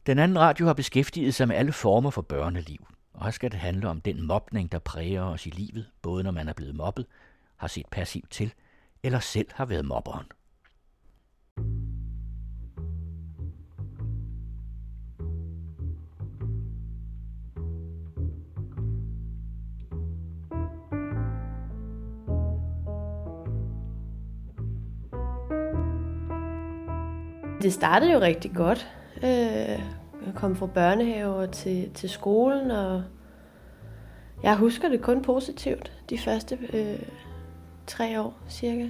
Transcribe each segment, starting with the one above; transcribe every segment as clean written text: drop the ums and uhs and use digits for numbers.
Den anden radio har beskæftiget sig med alle former for børneliv, og her skal det handle om den mobning, der præger os i livet, både når man er blevet mobbet, har set passivt til, eller selv har været mobberen. Det startede jo rigtig godt. Jeg kom fra børnehave til skolen, og jeg husker det kun positivt de første 3 år cirka.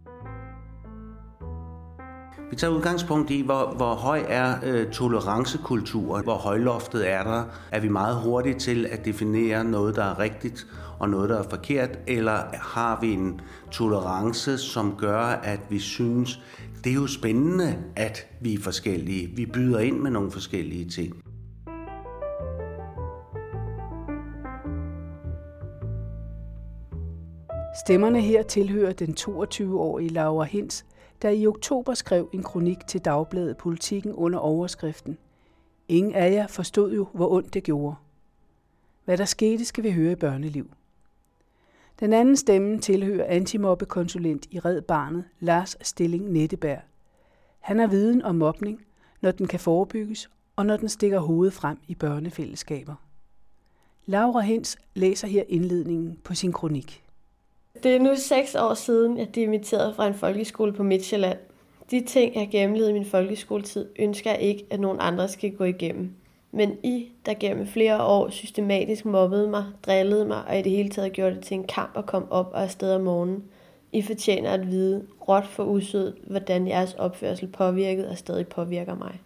Vi tager udgangspunkt i, hvor høj er tolerancekulturen, hvor højloftet er der. Er vi meget hurtige til at definere noget, der er rigtigt og noget, der er forkert, eller har vi en tolerance, som gør, at vi synes, det er jo spændende, at vi er forskellige. Vi byder ind med nogle forskellige ting. Stemmerne her tilhører den 22-årige Laura Hinz, der i oktober skrev en kronik til Dagbladet Politikken under overskriften: "Ingen af jer forstod jo, hvor ondt det gjorde." Hvad der skete, skal vi høre i Børneliv. Den anden stemme tilhører antimobbekonsulent i Red Barnet, Lars Stilling Netteberg. Han har viden om mobning, når den kan forebygges, og når den stikker hovedet frem i børnefællesskaber. Laura Hinz læser her indledningen på sin kronik. Det er nu 6 år siden, jeg dimitterede fra en folkeskole på Midtjylland. De ting, jeg gennemlevede i min folkeskoletid, ønsker jeg ikke, at nogen andre skal gå igennem. Men I, der gennem flere år systematisk mobbede mig, drillede mig og i det hele taget gjorde det til en kamp at komme op og afsted om morgenen, I fortjener at vide, råt for usød, hvordan jeres opførsel påvirkede og stadig påvirker mig.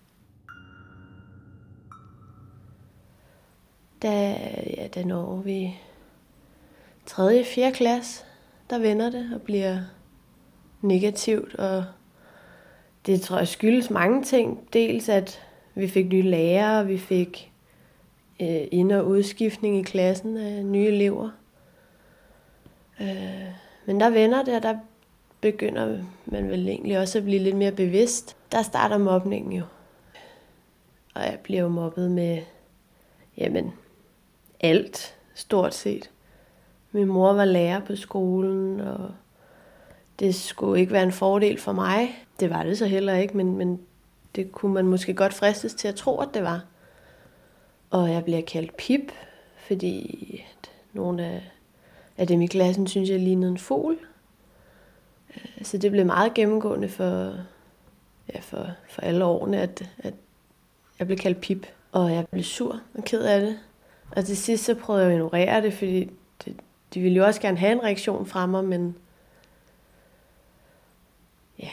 Da når vi 3. og 4. klasse, der vender det og bliver negativt, og det tror jeg skyldes mange ting. Dels at vi fik nye lærere, vi fik ind- og udskiftning i klassen af nye elever. Men der vender det, og der begynder man vel egentlig også at blive lidt mere bevidst. Der starter mobningen jo. Og jeg bliver jo mobbet med, alt stort set. Min mor var lærer på skolen, og det skulle ikke være en fordel for mig. Det var det så heller ikke, men det kunne man måske godt fristes til at tro, at det var. Og jeg bliver kaldt Pip, fordi nogle af dem i klassen synes, jeg lignede en fugl. Så det blev meget gennemgående for alle årene, at jeg blev kaldt Pip. Og jeg blev sur og ked af det. Og til sidst så prøvede jeg at ignorere det, fordi de ville jo også gerne have en reaktion fra mig, men ja,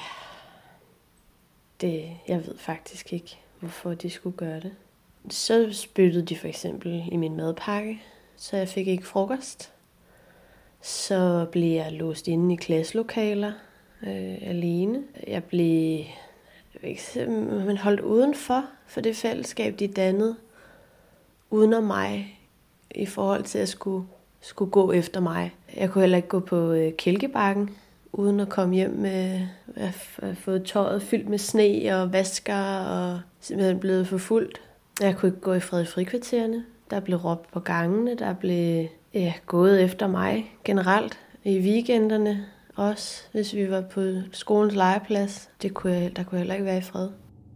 jeg ved faktisk ikke, hvorfor de skulle gøre det. Så spyttede de for eksempel i min madpakke, så jeg fik ikke frokost. Så blev jeg låst inde i klasselokaler alene. Jeg blev holdt udenfor for det fællesskab, de dannede, uden om mig, i forhold til at skulle gå efter mig. Jeg kunne heller ikke gå på Kælkebakken, uden at komme hjem med at have fået tøjet fyldt med sne og vasker og simpelthen blevet forfulgt. Jeg kunne ikke gå i frikvartererne. Der blev råbt på gangene, der blev gået efter mig generelt. I weekenderne også, hvis vi var på skolens legeplads. Der kunne jeg heller ikke være i fred.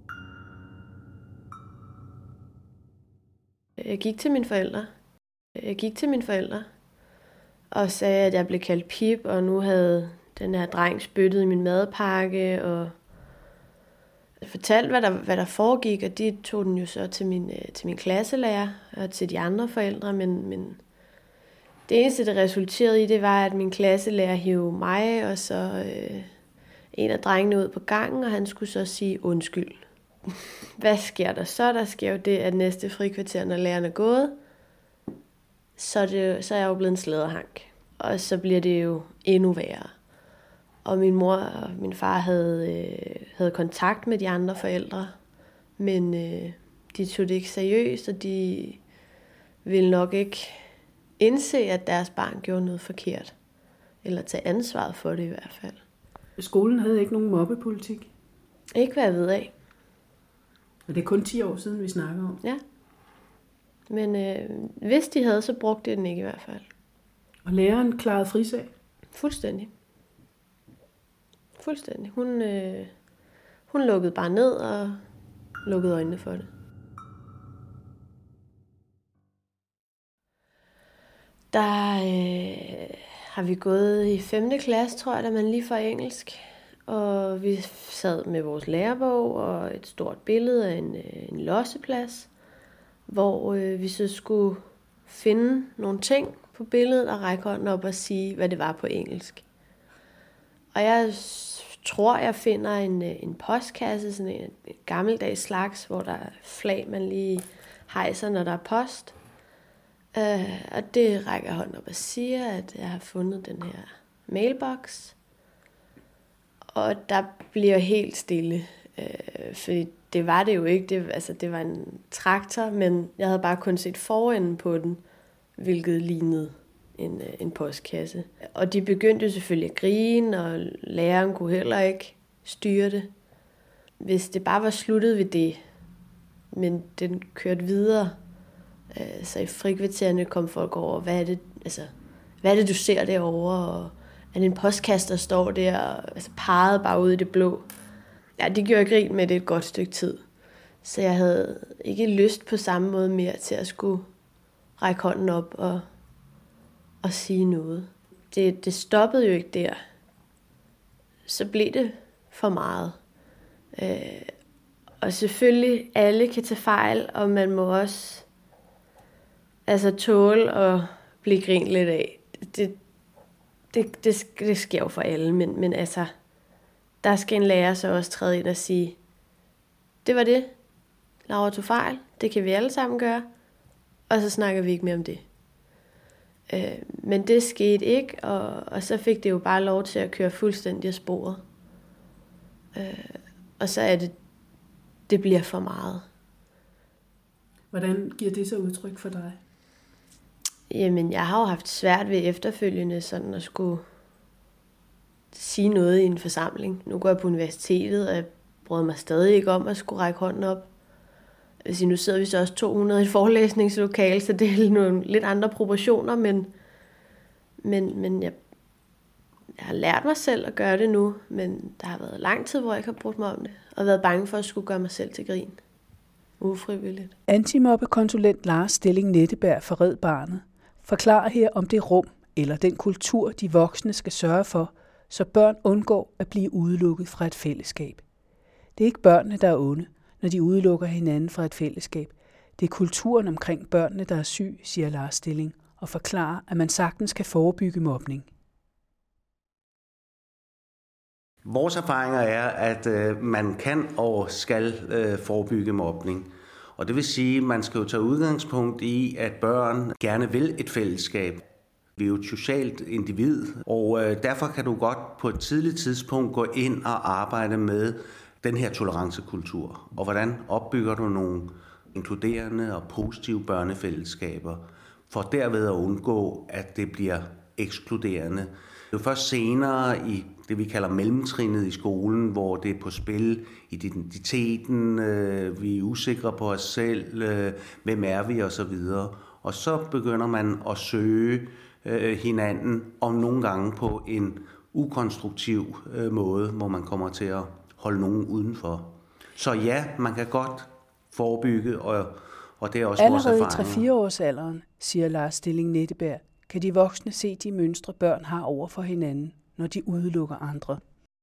Jeg gik til mine forældre og sagde, at jeg blev kaldt Pip, og nu havde den her dreng spyttet i min madpakke, og fortalte, hvad der foregik, og de tog den jo så til min klasselærer og til de andre forældre, men det eneste, det resulterede i, det var, at min klasselærer hivede mig og så en af drengene ud på gangen, og han skulle så sige undskyld. Hvad sker der så? Der sker jo det, at næste frikvarter, når læreren er gået, så er jeg jo blevet en slæderhank. Og så bliver det jo endnu værre. Og min mor og min far havde kontakt med de andre forældre, men de tog det ikke seriøst, og de ville nok ikke indse, at deres barn gjorde noget forkert. Eller tage ansvaret for det i hvert fald. Skolen havde ikke nogen mobbepolitik? Ikke hvad jeg ved af. Og det er kun 10 år siden, vi snakker om. Ja. Men hvis de havde, så brugte de den ikke i hvert fald. Og læreren klarede frisag? Fuldstændig. Hun lukkede bare ned og lukkede øjnene for det. Der har vi gået i 5. klasse, tror jeg, da man lige får engelsk. Og vi sad med vores lærebog og et stort billede af en losseplads, hvor vi så skulle finde nogle ting på billedet og række hånden op og sige, hvad det var på engelsk. Og jeg tror, jeg finder en postkasse, sådan en gammeldags slags, hvor der er flag, man lige hejser, når der er post. Og det rækker jeg hånden op og siger, at jeg har fundet den her mailbox. Og der bliver helt stille, fordi det var det jo ikke. Det var en traktor, men jeg havde bare kun set forenden på den, hvilket lignede en postkasse. Og de begyndte jo selvfølgelig at grine, og læreren kunne heller ikke styre det. Hvis det bare var sluttet ved det, men den kørte videre, så i frikvartererne kom folk over, hvad er det du ser derovre, og er det en postkasse, der står der, og pegede bare ud i det blå. Ja, det gjorde grin med det et godt stykke tid. Så jeg havde ikke lyst på samme måde mere til at skulle række hånden op og sige noget. Det stoppede jo ikke der. Så blev det for meget. Og selvfølgelig, alle kan tage fejl, og man må også tåle at blive grint lidt af. Det sker jo for alle, men der skal en lærer så også træde ind og sige, det var det, Laura tog fejl, det kan vi alle sammen gøre, og så snakker vi ikke mere om det. Men det skete ikke, og så fik det jo bare lov til at køre fuldstændig af sporet. Og så er det bliver for meget. Hvordan giver det så udtryk for dig? Jamen, jeg har jo haft svært ved efterfølgende sådan at skulle sige noget i en forsamling. Nu går jeg på universitetet, og jeg brød mig stadig ikke om at skulle række hånden op. Altså, nu sidder vi så også 200 i et forelæsningslokale, så det er nogle lidt andre proportioner, men jeg har lært mig selv at gøre det nu, men der har været lang tid, hvor jeg ikke har brugt mig om det, og været bange for at skulle gøre mig selv til grin. Ufrivilligt. Antimobbekonsulent Lars Stilling Netteberg fra Red Barnet forklarer her om det rum eller den kultur, de voksne skal sørge for, så børn undgår at blive udelukket fra et fællesskab. Det er ikke børnene, der er onde, når de udelukker hinanden fra et fællesskab. Det er kulturen omkring børnene, der er syg, siger Lars Stilling, og forklarer, at man sagtens kan forebygge mobning. Vores erfaringer er, at man kan og skal forebygge mobning. Og det vil sige, at man skal jo tage udgangspunkt i, at børn gerne vil et fællesskab. Vi er jo et socialt individ, og derfor kan du godt på et tidligt tidspunkt gå ind og arbejde med den her tolerancekultur. Og hvordan opbygger du nogle inkluderende og positive børnefællesskaber, for derved at undgå, at det bliver ekskluderende. Det er jo først senere i det, vi kalder mellemtrinnet i skolen, hvor det er på spil, identiteten, vi er usikre på os selv, hvem er vi osv. Og så begynder man at søge hinanden, og nogle gange på en ukonstruktiv måde, hvor man kommer til at holde nogen udenfor. Så ja, man kan godt forebygge, og det er også vores erfaringer. Allerede i 3-4-årsalderen, siger Lars Stilling Netteberg, kan de voksne se de mønstre, børn har over for hinanden, når de udelukker andre.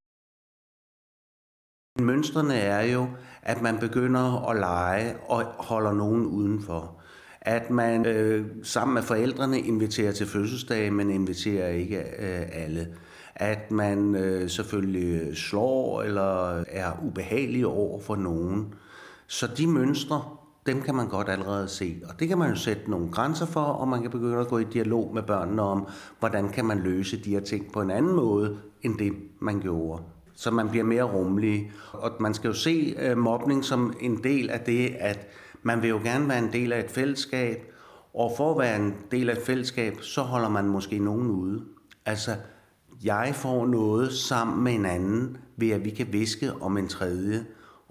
Mønstrene er jo, at man begynder at lege og holder nogen udenfor. At man sammen med forældrene inviterer til fødselsdage, men inviterer ikke alle. At man selvfølgelig slår eller er ubehagelig over for nogen. Så de mønstre, dem kan man godt allerede se. Og det kan man jo sætte nogle grænser for, og man kan begynde at gå i dialog med børnene om, hvordan kan man løse de her ting på en anden måde, end det man gjorde. Så man bliver mere rummelig. Og man skal jo se mobning som en del af det, at man vil jo gerne være en del af et fællesskab, og for at være en del af et fællesskab, så holder man måske nogen ude. Altså, jeg får noget sammen med en anden, ved at vi kan hviske om en tredje,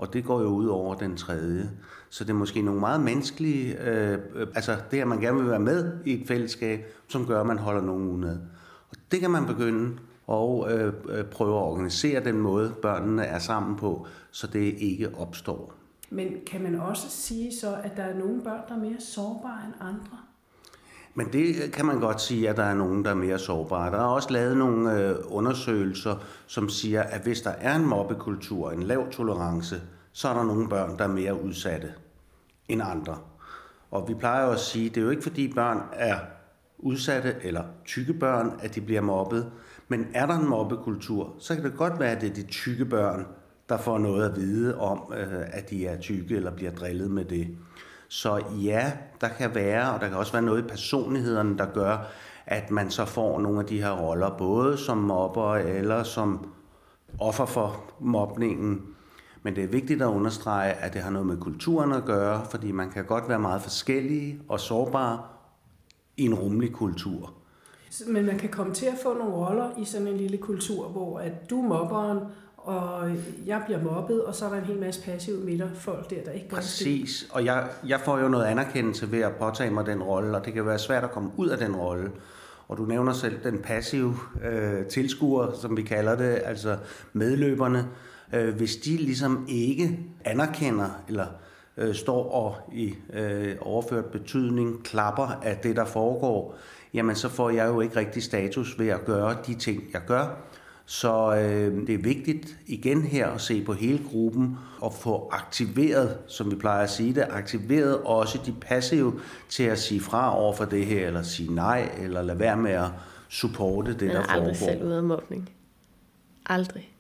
og det går jo ud over den tredje. Så det er måske nogle meget menneskelige, altså det, at man gerne vil være med i et fællesskab, som gør, at man holder nogen unad. Og det kan man begynde og prøve at organisere den måde, børnene er sammen på, så det ikke opstår. Men kan man også sige så, at der er nogle børn, der er mere sårbare end andre? Men det kan man godt sige, at der er nogen, der er mere sårbare. Der er også lavet nogle undersøgelser, som siger, at hvis der er en mobbekultur, en lav tolerance, så er der nogle børn, der er mere udsatte end andre. Og vi plejer jo at sige, at det er jo ikke fordi børn er udsatte eller tykke børn, at de bliver mobbet. Men er der en mobbekultur, så kan det godt være, at det er de tykke børn, der får noget at vide om, at de er tykke eller bliver drillet med det. Så ja, der kan være, og der kan også være noget i personlighederne, der gør, at man så får nogle af de her roller, både som mobber eller som offer for mobningen. Men det er vigtigt at understrege, at det har noget med kulturen at gøre, fordi man kan godt være meget forskellige og sårbare i en rummelig kultur. Men man kan komme til at få nogle roller i sådan en lille kultur, hvor at du er mobberen, og jeg bliver mobbet, og så er der en hel masse passive midterfolk der ikke gør det. Præcis, og jeg får jo noget anerkendelse ved at påtage mig den rolle, og det kan være svært at komme ud af den rolle. Og du nævner selv den passive tilskuer, som vi kalder det, altså medløberne. Hvis de ligesom ikke anerkender eller står og i overført betydning klapper af det, der foregår, jamen så får jeg jo ikke rigtig status ved at gøre de ting, jeg gør. Så det er vigtigt igen her at se på hele gruppen og få aktiveret, som vi plejer at sige det, aktiveret også de passive til at sige fra over for det her, eller sige nej, eller lade være med at supporte det, der foregår. Jeg er aldrig selv ude af mobning. Aldrig.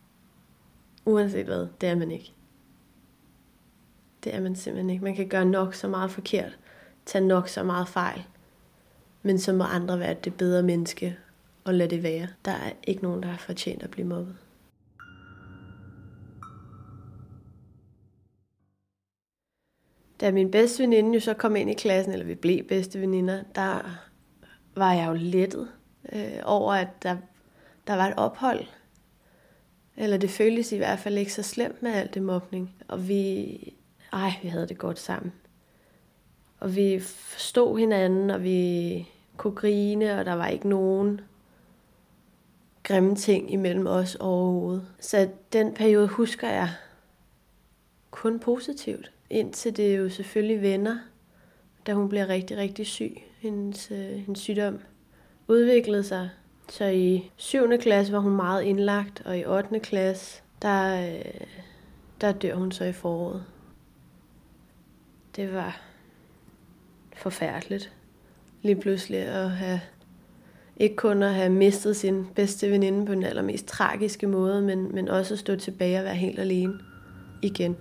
Uanset hvad, det er man ikke. Det er man simpelthen ikke. Man kan gøre nok så meget forkert, tage nok så meget fejl, men så må andre være det bedre menneske, og lad det være. Der er ikke nogen, der har fortjent at blive mobbet. Da min bedste veninde jo så kom ind i klassen, eller vi blev bedste veninder, der var jeg jo lettet over, at der var et ophold. Eller det føltes i hvert fald ikke så slemt med alt det mobning. Og vi havde det godt sammen. Og vi forstod hinanden, og vi kunne grine, og der var ikke nogen grimme ting imellem os overhovedet. Så den periode husker jeg kun positivt. Indtil det jo selvfølgelig vender, da hun bliver rigtig, rigtig syg. Hendes sygdom udviklede sig. Så i 7. klasse var hun meget indlagt, og i 8. klasse, der dør hun så i foråret. Det var forfærdeligt. Lige pludselig at have, ikke kun at have mistet sin bedste veninde på den allermest tragiske måde, men også at stå tilbage og være helt alene igen.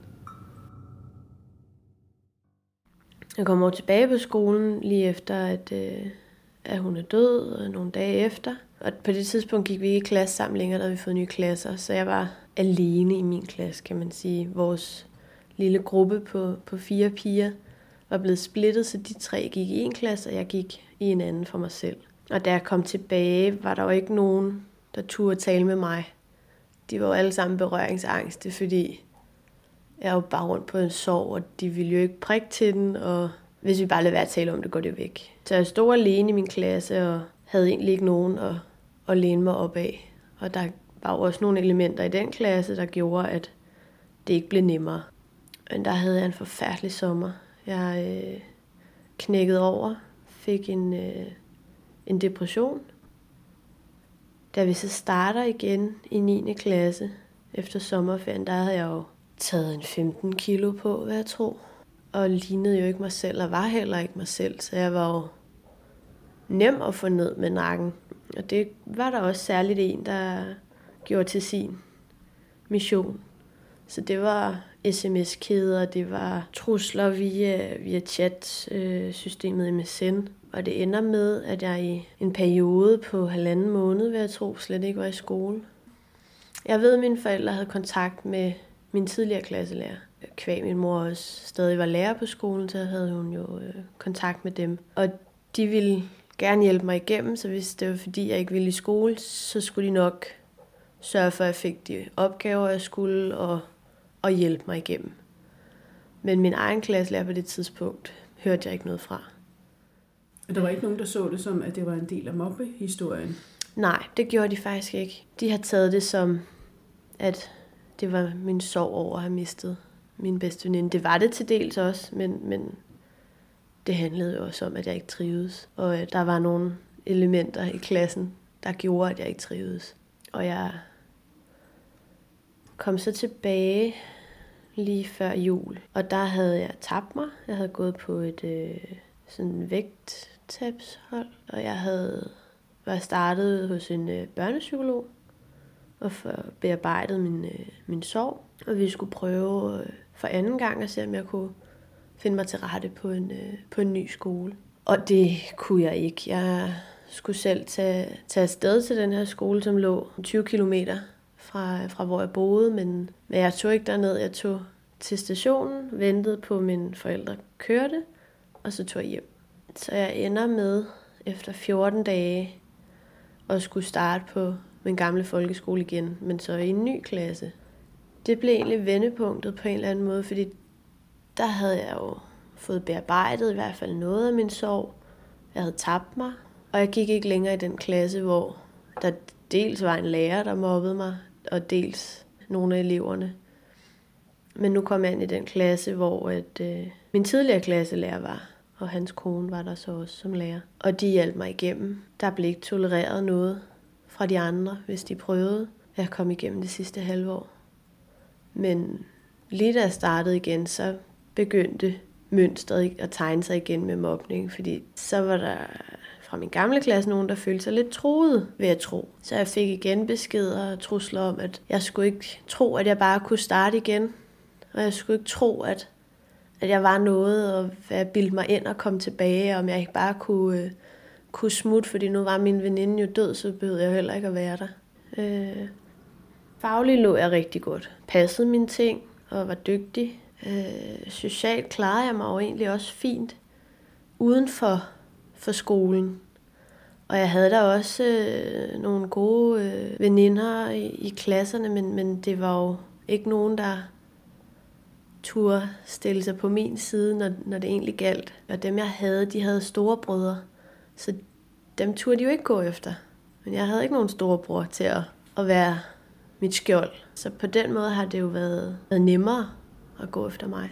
Jeg kommer tilbage på skolen lige efter, at hun er død, og nogle dage efter. Og på det tidspunkt gik vi ikke i klasse sammen længere, da vi fået nye klasser. Så jeg var alene i min klasse, kan man sige. Vores lille gruppe på 4 piger var blevet splittet, så de 3 gik i en klasse, og jeg gik i en anden for mig selv. Og da jeg kom tilbage, var der jo ikke nogen, der turde tale med mig. De var jo alle sammen berøringsangste, fordi jeg var bare rundt på en sorg, og de ville jo ikke prikke til den, og hvis vi bare lader være at tale om det, går det væk. Så jeg stod alene i min klasse, og havde egentlig ikke nogen at læne mig op af. Og der var jo også nogle elementer i den klasse, der gjorde, at det ikke blev nemmere. Men der havde jeg en forfærdelig sommer. Jeg knækkede over, fik en depression. Da vi så starter igen i 9. klasse efter sommerferien, der havde jeg jo taget en 15 kilo på, hvad jeg tror. Og lignede jo ikke mig selv, og var heller ikke mig selv. Så jeg var jo nem at få ned med nakken. Og det var der også særligt en, der gjorde til sin mission. Så det var sms-kæder, det var trusler via chat-systemet MSN. Og det ender med, at jeg i en periode på 1,5 måned, vil jeg tro, slet ikke var i skole. Jeg ved, at mine forældre havde kontakt med min tidligere klasselærer. Kvæg min mor også stadig var lærer på skolen, så havde hun jo kontakt med dem. Og de ville gerne hjælpe mig igennem, så hvis det var fordi, jeg ikke ville i skole, så skulle de nok sørge for, at jeg fik de opgaver, jeg skulle, og at hjælpe mig igennem. Men min egen klasselærer på det tidspunkt hørte jeg ikke noget fra. Der var ikke nogen, der så det som, at det var en del af mobbehistorien? Nej, det gjorde de faktisk ikke. De har taget det som, at det var min sorg over at have mistet min bedste veninde. Det var det til dels også, men det handlede jo også om, at jeg ikke trivedes. Og at der var nogle elementer i klassen, der gjorde, at jeg ikke trivedes. Og jeg kom så tilbage lige før jul. Og der havde jeg tabt mig. Jeg havde gået på et sådan vægttabshold. Og jeg var startet hos en børnepsykolog og bearbejdet min sorg. Og vi skulle prøve for anden gang at se, om jeg kunne finde mig til rette på en ny skole. Og det kunne jeg ikke. Jeg skulle selv tage afsted til den her skole, som lå 20 kilometer fra hvor jeg boede. Men jeg tog ikke derned. Jeg tog til stationen, ventede på mine forældre kørte, og så tog jeg hjem. Så jeg ender med, efter 14 dage, at skulle starte på min gamle folkeskole igen, men så i en ny klasse. Det blev egentlig vendepunktet på en eller anden måde, fordi der havde jeg jo fået bearbejdet i hvert fald noget af min sorg. Jeg havde tabt mig, og jeg gik ikke længere i den klasse, hvor der dels var en lærer, der mobbede mig, og dels nogle af eleverne. Men nu kom jeg ind i den klasse, hvor min tidligere klasselærer var, og hans kone var der så også som lærer. Og de hjalp mig igennem. Der blev ikke tolereret noget fra de andre, hvis de prøvede. Jeg kom igennem det sidste halve år. Men lige da jeg startede igen, så begyndte mønstret at tegne sig igen med mobning. Fordi så var der fra min gamle klasse nogen, der følte sig lidt truet ved at tro. Så jeg fik igen beskeder og trusler om, at jeg skulle ikke tro, at jeg bare kunne starte igen. Og jeg skulle ikke tro, at jeg var noget, og jeg bildte mig ind og kom tilbage, og om jeg ikke bare kunne smutte, fordi nu var min veninde jo død, så behøvede jeg heller ikke at være der. Fagligt lå jeg rigtig godt. Passede mine ting og var dygtig. Socialt klarede jeg mig jo egentlig også fint uden for skolen. Og jeg havde der også nogle gode veninder i klasserne, men det var jo ikke nogen, der turde stille sig på min side, når det egentlig galt. Og dem jeg havde, de havde storebrødre, så dem turde de jo ikke gå efter. Men jeg havde ikke nogen storebror til at være mit skjold. Så på den måde har det jo været nemmere at gå efter mig.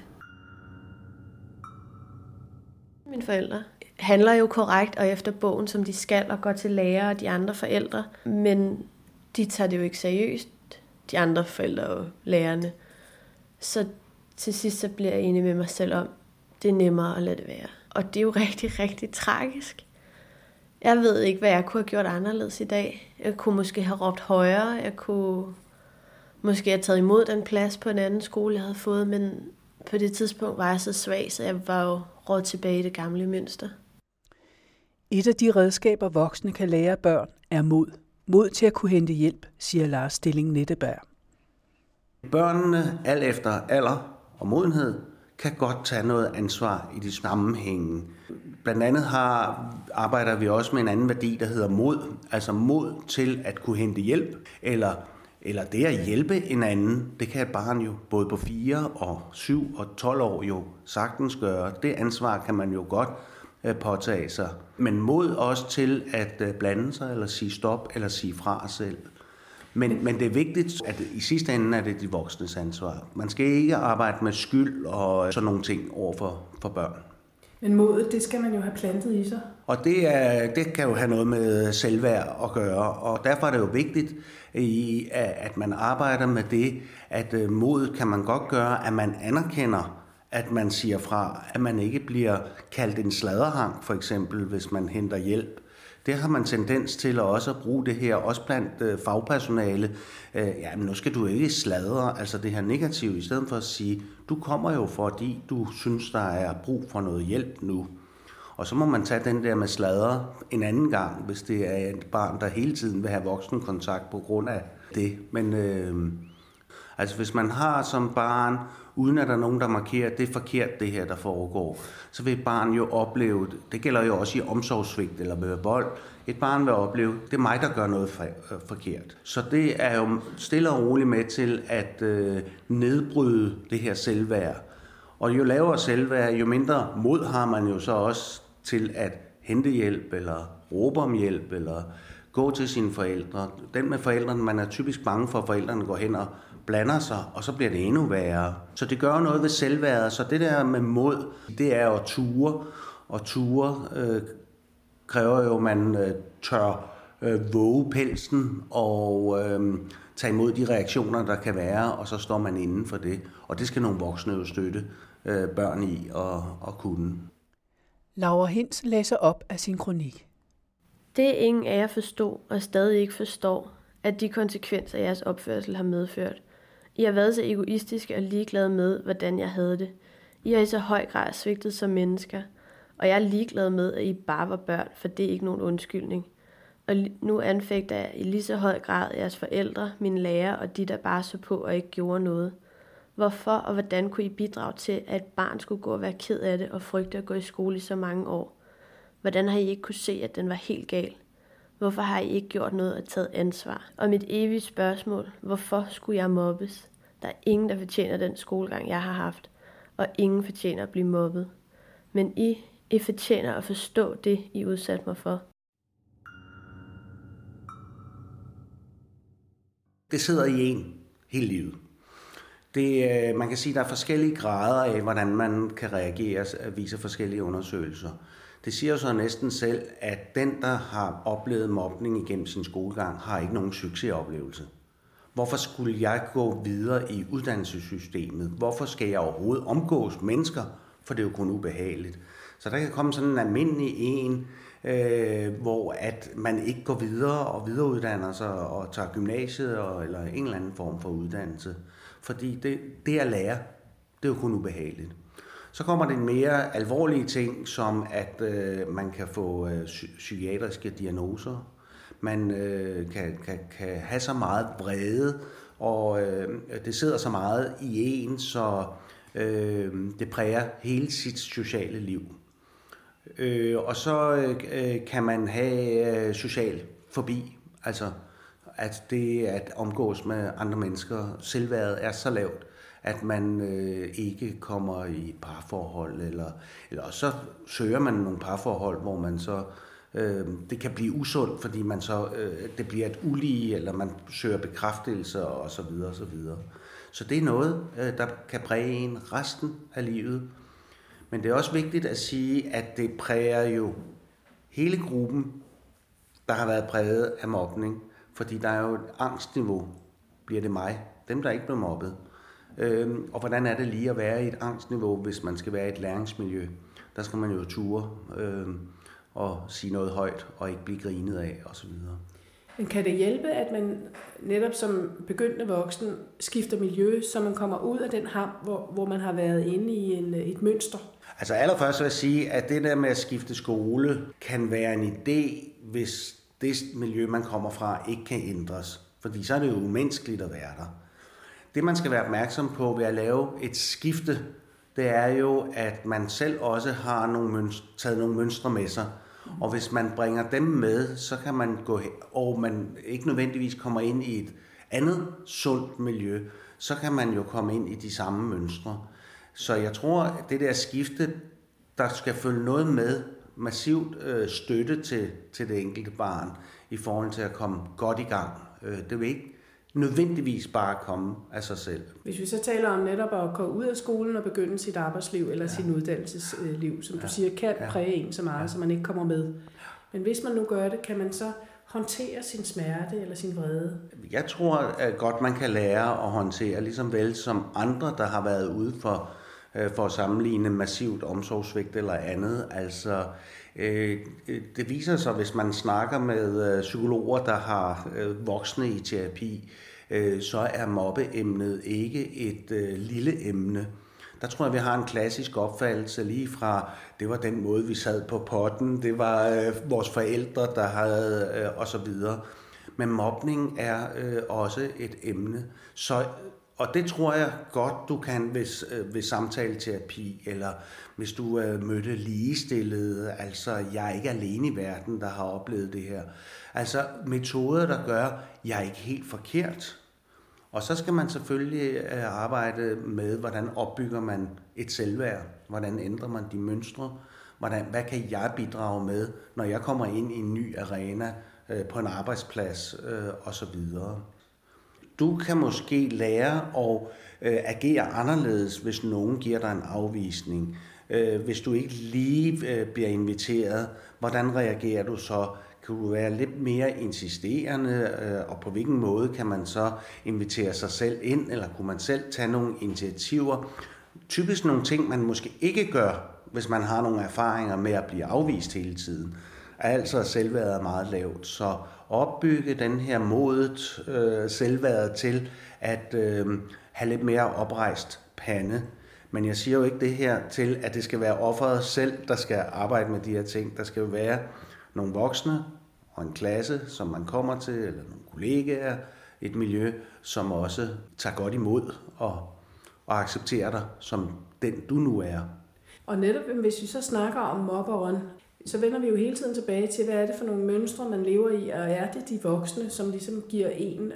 Mine forældre handler jo korrekt og efter bogen, som de skal, og går til lærer og de andre forældre. Men de tager det jo ikke seriøst, de andre forældre og lærerne. Så til sidst så bliver jeg enig med mig selv om, det er nemmere at lade det være. Og det er jo rigtig, rigtig tragisk. Jeg ved ikke, hvad jeg kunne have gjort anderledes i dag. Jeg kunne måske have råbt højere. Jeg kunne måske have taget imod den plads på en anden skole, jeg havde fået. Men på det tidspunkt var jeg så svag, så jeg var jo råd tilbage i det gamle mønster. Et af de redskaber, voksne kan lære børn, er mod. Mod til at kunne hente hjælp, siger Lars Stilling Netteberg. Børnene, alt efter alder og modenhed, kan godt tage noget ansvar i de sammenhænge. Blandt andet arbejder vi også med en anden værdi, der hedder mod. Altså mod til at kunne hente hjælp, eller det at hjælpe en anden. Det kan et barn jo både på 4 og 7 og 12 år jo sagtens gøre. Det ansvar kan man jo godt påtage sig. Men mod også til at blande sig, eller sige stop, eller sige fra selv. Men det er vigtigt, at i sidste ende er det de voksnes ansvar. Man skal ikke arbejde med skyld og sådan nogle ting over for børn. Men modet, det skal man jo have plantet i sig. Og det kan jo have noget med selvværd at gøre. Og derfor er det jo vigtigt, at man arbejder med det, at modet kan man godt gøre, at man anerkender, at man siger fra, at man ikke bliver kaldt en sladderhang, for eksempel, hvis man henter hjælp. Det har man tendens til at også bruge det her, også blandt fagpersonale. Men nu skal du ikke sladre, altså det her negative, i stedet for at sige, du kommer jo fordi du synes, der er brug for noget hjælp nu. Og så må man tage den der med sladre en anden gang, hvis det er et barn, der hele tiden vil have voksenkontakt på grund af det. Men Altså hvis man har som barn, uden at der er nogen, der markerer, at det er forkert det her, der foregår, så vil et barn jo opleve, det gælder jo også i omsorgssvigt eller med vold, et barn vil opleve, det er mig, der gør noget forkert. Så det er jo stille og roligt med til at nedbryde det her selvværd. Og jo lavere selvværd, jo mindre mod har man jo så også til at hente hjælp, eller råbe om hjælp, eller gå til sine forældre. Den med forældrene, man er typisk bange for, at forældrene går hen og blander sig, og så bliver det endnu værre. Så det gør noget ved selvværdet. Så det der med mod, det er jo at ture, og ture kræver jo, at man tør våge pelsen og tage imod de reaktioner, der kan være, og så står man inden for det. Og det skal nogle voksne jo støtte børn i at kunne. Laura Hinds læser op af sin kronik. Det ingen af jer forstod og stadig ikke forstår, at de konsekvenser, jeres opførsel har medført. I har været så egoistiske og ligeglade med, hvordan jeg havde det. I har i så høj grad svigtet som mennesker, og jeg er ligeglad med, at I bare var børn, for det er ikke nogen undskyldning. Og nu anfægter jeg i lige så høj grad jeres forældre, mine lærere og de, der bare så på og ikke gjorde noget. Hvorfor og hvordan kunne I bidrage til, at et barn skulle gå og være ked af det og frygte at gå i skole i så mange år? Hvordan har I ikke kunne se, at den var helt gal? Hvorfor har I ikke gjort noget og taget ansvar? Og mit evige spørgsmål, hvorfor skulle jeg mobbes? Der er ingen, der fortjener den skolegang, jeg har haft, og ingen fortjener at blive mobbet. Men I fortjener at forstå det, I udsatte mig for. Det sidder i en hele livet. Man kan sige, at der er forskellige grader af, hvordan man kan reagere og vise forskellige undersøgelser. Det siger jo så næsten selv, at den, der har oplevet mobning igennem sin skolegang, har ikke nogen succesoplevelse. Hvorfor skulle jeg gå videre i uddannelsessystemet? Hvorfor skal jeg overhovedet omgås mennesker? For det er jo kun ubehageligt. Så der kan komme sådan en almindelig en, hvor at man ikke går videre og videreuddanner sig og tager gymnasiet eller en eller anden form for uddannelse. Fordi det at lære, det er jo kun ubehageligt. Så kommer det en mere alvorlige ting, som at man kan få psykiatriske diagnoser. Man kan have så meget vrede, og det sidder så meget i en, så det præger hele sit sociale liv. Og så kan man have social fobi, altså at det at omgås med andre mennesker, selvværdet er så lavt, at man ikke kommer i et parforhold, eller så søger man nogle parforhold, hvor man så det kan blive usundt, fordi man så det bliver et ulige, eller man søger bekræftelse og så videre og så videre. Så det er noget, der kan præge en resten af livet. Men det er også vigtigt at sige, at det præger jo hele gruppen, der har været præget af mobning, fordi der er jo et angstniveau. Bliver det mig? Dem, der ikke blev mobbet. Og hvordan er det lige at være i et angstniveau, hvis man skal være i et læringsmiljø? Der skal man jo ture og sige noget højt og ikke blive grinet af osv. Men kan det hjælpe, at man netop som begyndende voksen skifter miljø, så man kommer ud af den hamp, hvor man har været inde i et mønster? Altså allerførst vil jeg sige, at det der med at skifte skole kan være en idé, hvis det miljø, man kommer fra, ikke kan ændres. Fordi så er det jo umenneskeligt at være der. Det, man skal være opmærksom på ved at lave et skifte, det er jo, at man selv også har taget nogle mønstre med sig. Og hvis man bringer dem med, så kan man gå hen, og man ikke nødvendigvis kommer ind i et andet sundt miljø, så kan man jo komme ind i de samme mønstre. Så jeg tror, at det der skifte, der skal følge noget med, massivt støtte til det enkelte barn, i forhold til at komme godt i gang. Det vil ikke nødvendigvis bare komme af sig selv. Hvis vi så taler om netop at gå ud af skolen og begynde sit arbejdsliv eller sin uddannelsesliv, som du siger, kan præge en så meget, så man ikke kommer med. Men hvis man nu gør det, kan man så håndtere sin smerte eller sin vrede? Jeg tror at godt, man kan lære at håndtere, ligesom vel som andre, der har været ude for at sammenligne massivt omsorgssvigt eller andet. Altså, det viser sig, hvis man snakker med psykologer, der har voksne i terapi, så er mobbeemnet ikke et lille emne. Der tror jeg, vi har en klassisk opfattelse lige fra, det var den måde, vi sad på potten, det var vores forældre, der havde, og så videre. Men mobning er også et emne. Så, Og det tror jeg godt, du kan ved samtaleterapi, eller hvis du mødte ligestillede, altså jeg er ikke alene i verden, der har oplevet det her. Altså metoder, der gør, jeg er ikke helt forkert. Og så skal man selvfølgelig arbejde med, hvordan opbygger man et selvværd, hvordan ændrer man de mønstre, hvad kan jeg bidrage med, når jeg kommer ind i en ny arena på en arbejdsplads osv. Du kan måske lære at agere anderledes, hvis nogen giver dig en afvisning. Hvis du ikke lige bliver inviteret, hvordan reagerer du så? Kan du være lidt mere insisterende, og på hvilken måde kan man så invitere sig selv ind, eller kunne man selv tage nogle initiativer? Typisk nogle ting, man måske ikke gør, hvis man har nogle erfaringer med at blive afvist hele tiden. Altså selvværdet er meget lavt, så opbygge den her modet, selvværdet til at have lidt mere oprejst pande. Men jeg siger jo ikke det her til, at det skal være offeret selv, der skal arbejde med de her ting. Der skal jo være nogle voksne og en klasse, som man kommer til, eller nogle kollegaer, et miljø, som også tager godt imod og accepterer dig som den, du nu er. Og netop hvis vi så snakker om mobberen, så vender vi jo hele tiden tilbage til, hvad er det for nogle mønstre, man lever i, og er det de voksne, som ligesom giver en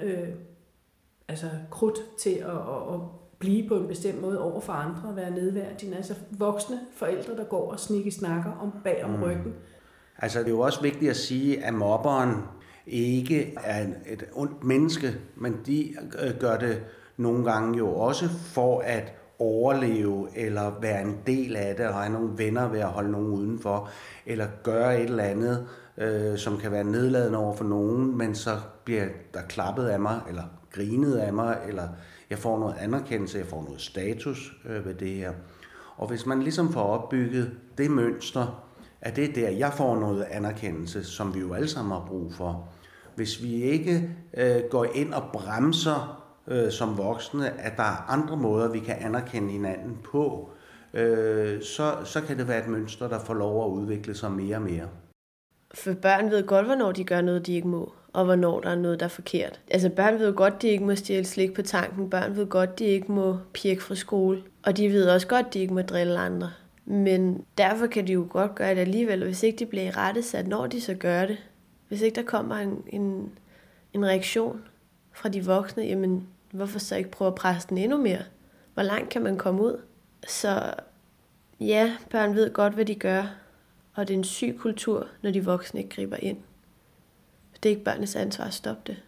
krudt til at blive på en bestemt måde over for andre og være nedværdigende. Altså voksne forældre, der går og snakker om bag om ryggen. Altså det er jo også vigtigt at sige, at mobberen ikke er et ondt menneske, men de gør det nogle gange jo også for at overleve, eller være en del af det, og have nogle venner ved at holde nogen udenfor, eller gøre et eller andet, som kan være nedladende over for nogen, men så bliver der klappet af mig, eller grinet af mig, eller jeg får noget anerkendelse, jeg får noget status ved det her. Og hvis man ligesom får opbygget det mønster, at det er der, jeg får noget anerkendelse, som vi jo alle sammen har brug for. Hvis vi ikke går ind og bremser som voksne, at der er andre måder, vi kan anerkende hinanden på, så kan det være et mønster, der får lov at udvikle sig mere og mere. For børn ved godt, hvornår de gør noget, de ikke må, og hvornår der er noget, der er forkert. Altså børn ved godt, de ikke må stjæle slik på tanken. Børn ved godt, de ikke må pirke fra skole. Og de ved også godt, de ikke må drille andre. Men derfor kan de jo godt gøre det alligevel, hvis ikke de bliver irettesat, når de så gør det. Hvis ikke der kommer en reaktion fra de voksne, jamen hvorfor så ikke prøve at presse den endnu mere? Hvor langt kan man komme ud? Så ja, børn ved godt, hvad de gør, og det er en syg kultur, når de voksne ikke griber ind. Det er ikke børnenes ansvar at stoppe det.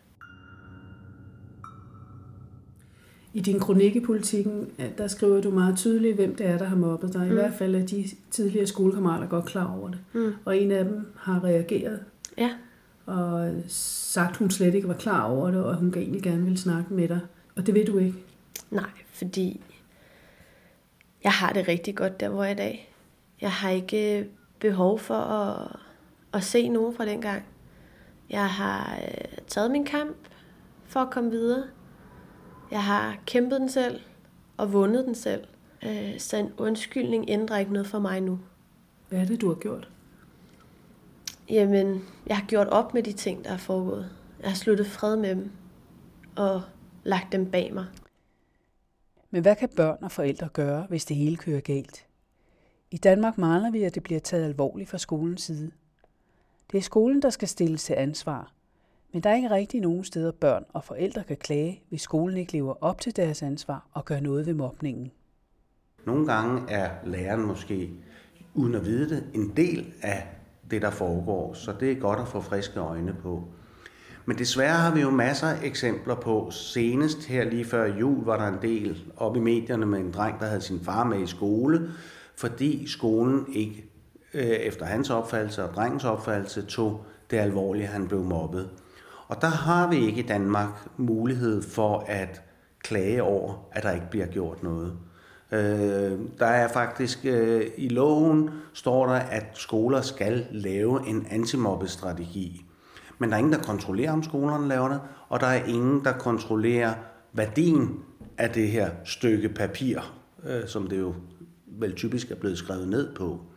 I din kronik i Politikken, der skriver du meget tydeligt, hvem det er, der har mobbet dig. I hvert fald er de tidligere skolekammerater godt klar over det. Og en af dem har reageret. Ja. Og sagt, hun slet ikke var klar over det, og hun egentlig gerne ville snakke med dig. Og det ved du ikke? Nej, fordi jeg har det rigtig godt der, hvor jeg er i dag. Jeg har ikke behov for at se nogen fra dengang. Jeg har taget min kamp for at komme videre. Jeg har kæmpet den selv og vundet den selv. Så en undskyldning ændrer ikke noget for mig nu. Hvad er det, du har gjort? Jamen, jeg har gjort op med de ting, der er foregået. Jeg har sluttet fred med dem og lagt dem bag mig. Men hvad kan børn og forældre gøre, hvis det hele kører galt? I Danmark mangler vi, at det bliver taget alvorligt fra skolens side. Det er skolen, der skal stilles til ansvar. Men der er ikke rigtig nogen steder, børn og forældre kan klage, hvis skolen ikke lever op til deres ansvar og gør noget ved mobningen. Nogle gange er læreren måske, uden at vide det, en del af det, der foregår. Så det er godt at få friske øjne på. Men desværre har vi jo masser af eksempler på. Senest her lige før jul var der en del op i medierne med en dreng, der havde sin far med i skole, fordi skolen ikke efter hans opfattelse og drengens opfattelse tog det alvorligt, at han blev mobbet. Og der har vi ikke i Danmark mulighed for at klage over, at der ikke bliver gjort noget. Der er faktisk i loven står der, at skoler skal lave en antimobbestrategi. Men der er ingen, der kontrollerer, om skolerne laver det, og der er ingen, der kontrollerer værdien af det her stykke papir, som det jo vel typisk er blevet skrevet ned på.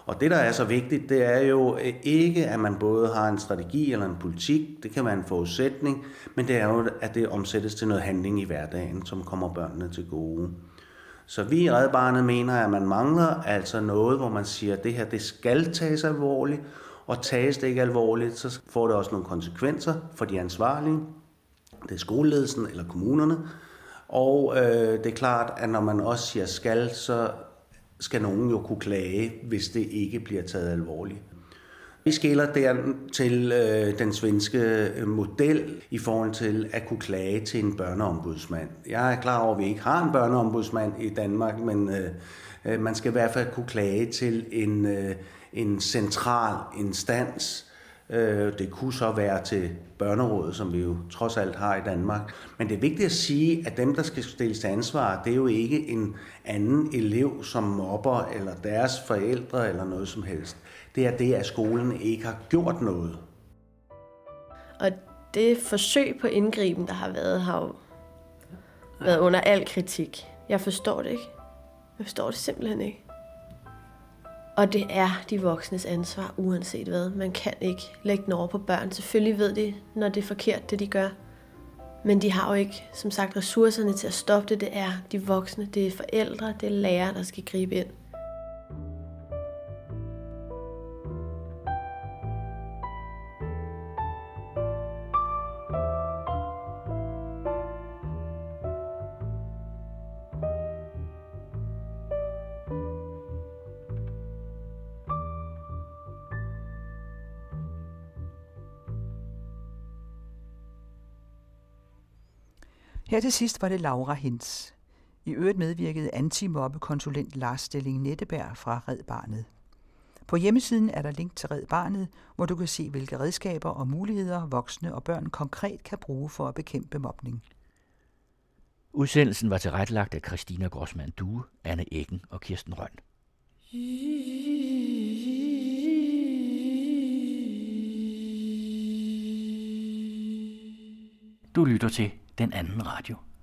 Og det, der er så vigtigt, det er jo ikke, at man både har en strategi eller en politik, det kan være en forudsætning, men det er jo, at det omsættes til noget handling i hverdagen, som kommer børnene til gode. Så vi i Red Barnet mener, at man mangler altså noget, hvor man siger, at det her det skal tages alvorligt, og tages det ikke alvorligt, så får det også nogle konsekvenser for de ansvarlige. Det er skoleledelsen eller kommunerne. Og det er klart, at når man også siger skal, så skal nogen jo kunne klage, hvis det ikke bliver taget alvorligt. Vi skeler der til den svenske model i forhold til at kunne klage til en børneombudsmand. Jeg er klar over, at vi ikke har en børneombudsmand i Danmark, men man skal i hvert fald kunne klage til en central instans. Det kunne så være til børnerådet, som vi jo trods alt har i Danmark. Men det er vigtigt at sige, at dem, der skal stilles til ansvar, det er jo ikke en anden elev, som mobber, eller deres forældre, eller noget som helst. Det er det, at skolen ikke har gjort noget. Og det forsøg på indgriben, der har jo været under al kritik. Jeg forstår det ikke. Jeg forstår det simpelthen ikke. Og det er de voksnes ansvar, uanset hvad. Man kan ikke lægge den over på børn. Selvfølgelig ved de, når det er forkert, det de gør. Men de har jo ikke, som sagt, ressourcerne til at stoppe det. Det er de voksne, det er forældre, det er lærere, der skal gribe ind. Her til sidst var det Laura Hinds. I øvrigt medvirkede antimobbekonsulent Lars Stilling Netteberg fra Red Barnet. På hjemmesiden er der link til Red Barnet, hvor du kan se, hvilke redskaber og muligheder voksne og børn konkret kan bruge for at bekæmpe mobning. Udsendelsen var tilrettelagt af Christina Grossmann Due, Anne Eggen og Kirsten Rønn. Du lytter til Den Anden Radio.